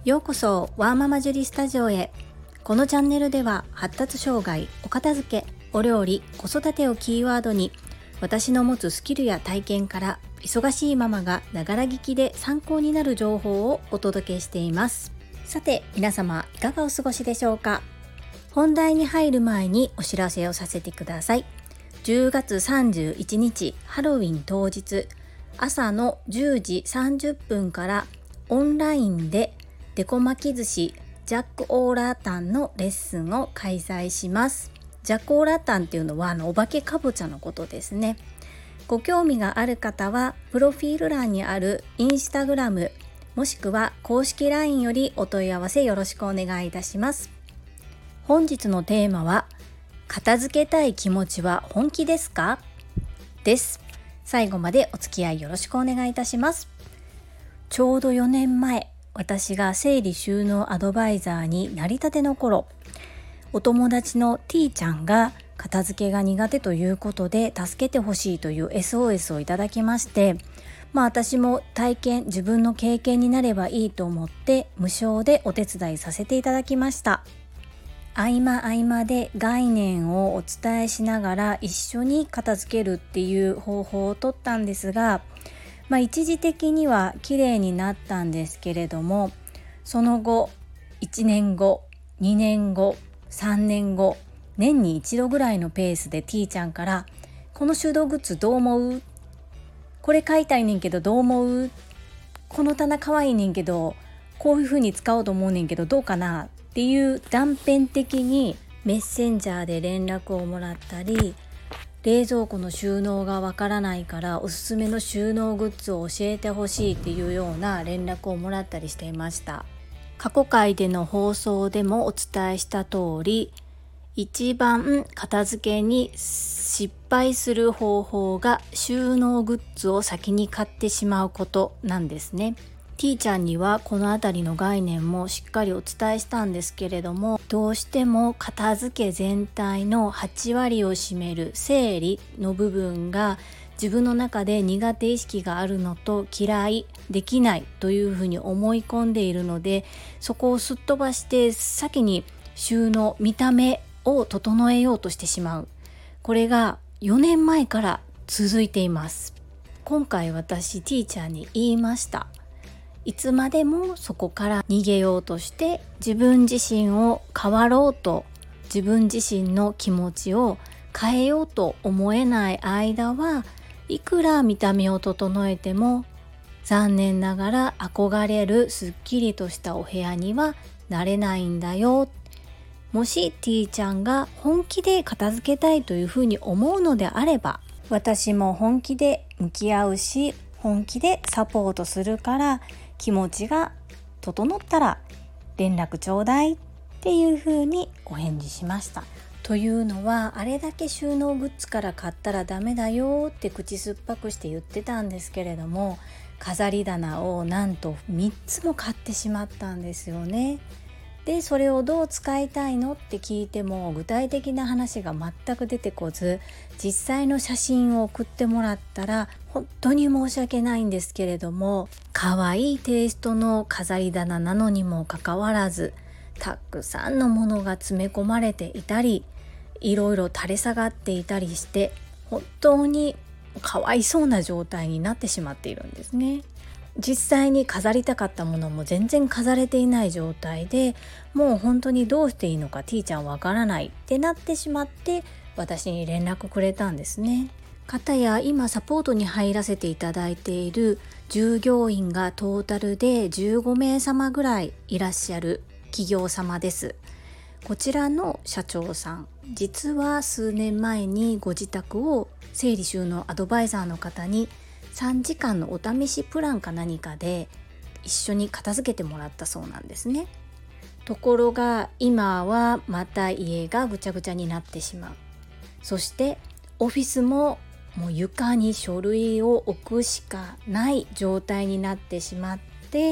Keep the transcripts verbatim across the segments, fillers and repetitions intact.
ようこそワーママジュリスタジオへ。このチャンネルでは発達障害、お片付け、お料理、子育てをキーワードに私の持つスキルや体験から忙しいママがながら聞きで参考になる情報をお届けしています。さて皆様いかがお過ごしでしょうか。本題に入る前にお知らせをさせてください。じゅうがつさんじゅういちにちハロウィン当日、朝のじゅうじさんじゅっぷんからオンラインでデコ巻き寿司ジャックオーラータンのレッスンを開催します。ジャックオーラータンっていうのはあのお化けかぼちゃのことですね。ご興味がある方はプロフィール欄にあるインスタグラムもしくは公式 ライン よりお問い合わせよろしくお願いいたします。本日のテーマは片付けたい気持ちは本気ですか？です。最後までお付き合いよろしくお願いいたします。ちょうどよねんまえ、私が整理収納アドバイザーになりたての頃、お友達の T ちゃんが片付けが苦手ということで助けてほしいという エスオーエス をいただきまして、まあ私も体験、自分の経験になればいいと思って無償でお手伝いさせていただきました。合間合間で概念をお伝えしながら一緒に片付けるっていう方法をとったんですが、まあ一時的には綺麗になったんですけれども、その後いちねんご、にねんご、さんねんご、年に一度ぐらいのペースで T ちゃんからこの収納グッズどう思う？これ買いたいねんけどどう思う？この棚可愛いねんけどこういう風に使おうと思うねんけどどうかなっていう断片的にメッセンジャーで連絡をもらったり、冷蔵庫の収納がわからないからおすすめの収納グッズを教えてほしいっていうような連絡をもらったりしていました。過去回での放送でもお伝えした通り、一番片付けに失敗する方法が収納グッズを先に買ってしまうことなんですね。T ちゃんにはこのあたりの概念もしっかりお伝えしたんですけれども、どうしても片付け全体のはちわりを占める整理の部分が自分の中で苦手意識があるのと嫌いできないというふうに思い込んでいるので、そこをすっ飛ばして先に収納見た目を整えようとしてしまう。これがよねんまえから続いています。今回私 T ちゃんに言いました。いつまでもそこから逃げようとして自分自身を変わろうと、自分自身の気持ちを変えようと思えない間はいくら見た目を整えても残念ながら憧れるすっきりとしたお部屋にはなれないんだよ。もし T ちゃんが本気で片付けたいというふうに思うのであれば、私も本気で向き合うし本気でサポートするから、気持ちが整ったら連絡ちょうだいっていうふうにお返事しました。というのは、あれだけ収納グッズから買ったらダメだよって口酸っぱくして言ってたんですけれども、飾り棚をなんとみっつも買ってしまったんですよね。でそれをどう使いたいのって聞いても具体的な話が全く出てこず、実際の写真を送ってもらったら本当に申し訳ないんですけれども、可愛いテイストの飾り棚なのにもかかわらずたくさんのものが詰め込まれていたり、いろいろ垂れ下がっていたりして、本当にかわいそうな状態になってしまっているんですね。実際に飾りたかったものも全然飾れていない状態で、もう本当にどうしていいのか T ちゃんわからないってなってしまって私に連絡くれたんですね。かたや今サポートに入らせていただいている従業員がトータルでじゅうごめいさまぐらいいらっしゃる企業様です。こちらの社長さん、実は数年前にご自宅を整理収納アドバイザーの方にさんじかんのお試しプランか何かで一緒に片付けてもらったそうなんですね。ところが今はまた家がぐちゃぐちゃになってしまう。そしてオフィスももう床に書類を置くしかない状態になってしまって、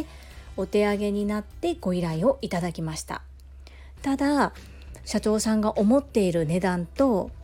お手上げになってご依頼をいただきました。ただ社長さんが思っている値段と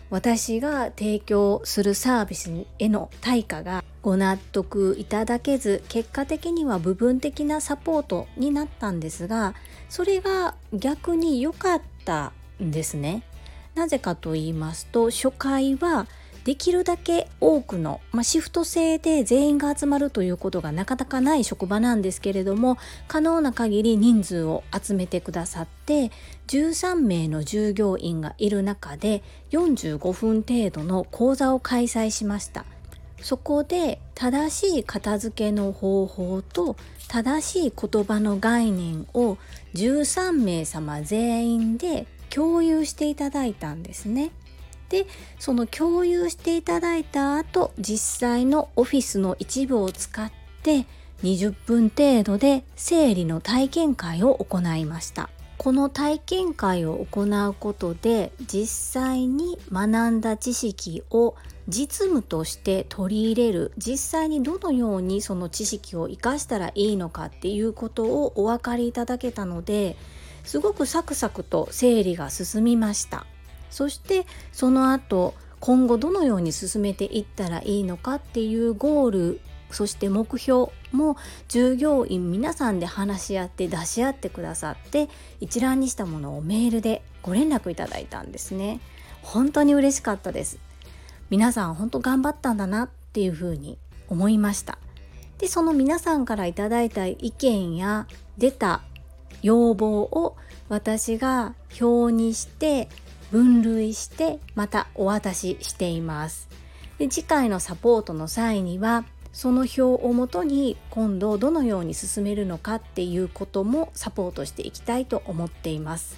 私が提供するサービスへの対価がご納得いただけず、結果的には部分的なサポートになったんですが、それが逆に良かったんですね。なぜかと言いますと、初回はできるだけ多くの、まあ、シフト制で全員が集まるということがなかなかない職場なんですけれども、可能な限り人数を集めてくださって、じゅうさんめいの従業員がいる中でよんじゅうごふん程度の講座を開催しました。そこで正しい片付けの方法と正しい言葉の概念をじゅうさんめい様全員で共有していただいたんですね。で、その共有していただいた後、実際のオフィスの一部を使ってにじゅっぷん程度で整理の体験会を行いました。この体験会を行うことで、実際に学んだ知識を実務として取り入れる、実際にどのようにその知識を生かしたらいいのかっていうことをお分かりいただけたので、すごくサクサクと整理が進みました。そしてその後、今後どのように進めていったらいいのかっていうゴール、そして目標も従業員皆さんで話し合って出し合ってくださって、一覧にしたものをメールでご連絡いただいたんですね。本当に嬉しかったです。皆さん本当頑張ったんだなっていうふうに思いました。で、その皆さんからいただいた意見や出た要望を私が表にして分類してまたお渡ししています。で、次回のサポートの際にはその表をもとに今度どのように進めるのかっていうこともサポートしていきたいと思っています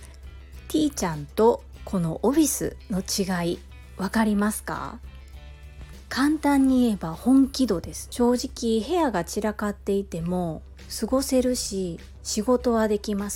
。T ちゃんとこのオフィスの違いわかりますか？簡単に言えば本気度です。正直部屋が散らかっていても過ごせるし、仕事はできます。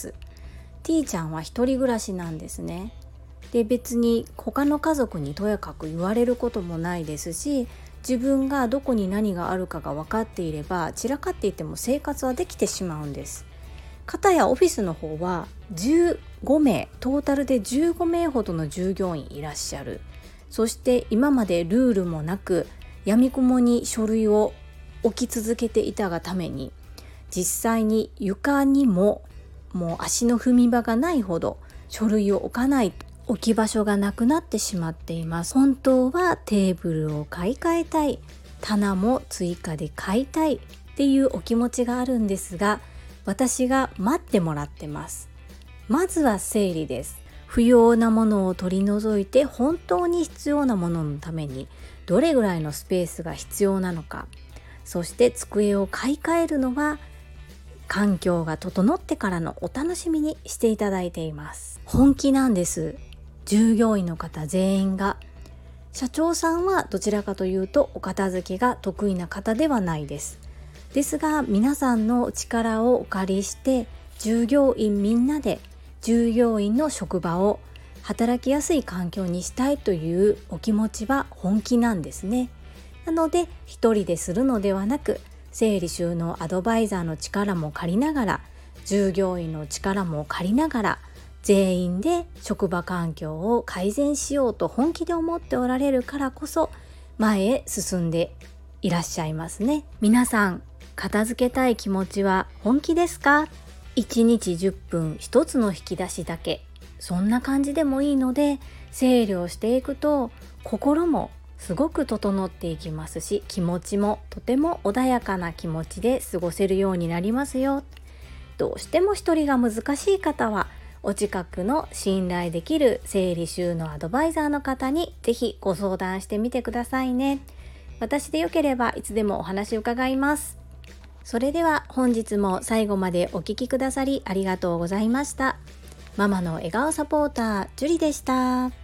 T ちゃんは一人暮らしなんですね。で、別に他の家族にとやかく言われることもないですし、自分がどこに何があるかが分かっていれば散らかっていても生活はできてしまうんです。かたやオフィスの方はじゅうごめい、トータルでじゅうごめいほどの従業員いらっしゃる。そして今までルールもなくやみくもに書類を置き続けていたがために、実際に床にももう足の踏み場がないほど書類を置かない、置き場所がなくなってしまっています。本当はテーブルを買い替えたい、棚も追加で買いたいっていうお気持ちがあるんですが、私が待ってもらってます。まずは整理です。不要なものを取り除いて、本当に必要なもののためにどれぐらいのスペースが必要なのか、そして机を買い替えるのは環境が整ってからのお楽しみにしていただいています。本気なんです。従業員の方全員が。社長さんはどちらかというとお片付けが得意な方ではないです。ですが皆さんの力をお借りして、従業員みんなで従業員の職場を働きやすい環境にしたいというお気持ちは本気なんですね。なので一人でするのではなく、整理収納アドバイザーの力も借りながら、従業員の力も借りながら、全員で職場環境を改善しようと本気で思っておられるからこそ前へ進んでいらっしゃいますね。皆さん、片付けたい気持ちは本気ですか？いちにちじゅっぷん一つの引き出しだけ、そんな感じでもいいので、整理をしていくと心もすごく整っていきますし、気持ちもとても穏やかな気持ちで過ごせるようになりますよ。どうしても一人が難しい方は、お近くの信頼できる整理収納アドバイザーの方にぜひご相談してみてくださいね。私でよければいつでもお話伺います。それでは本日も最後までお聞きくださりありがとうございました。ママの笑顔サポーター、ジュリでした。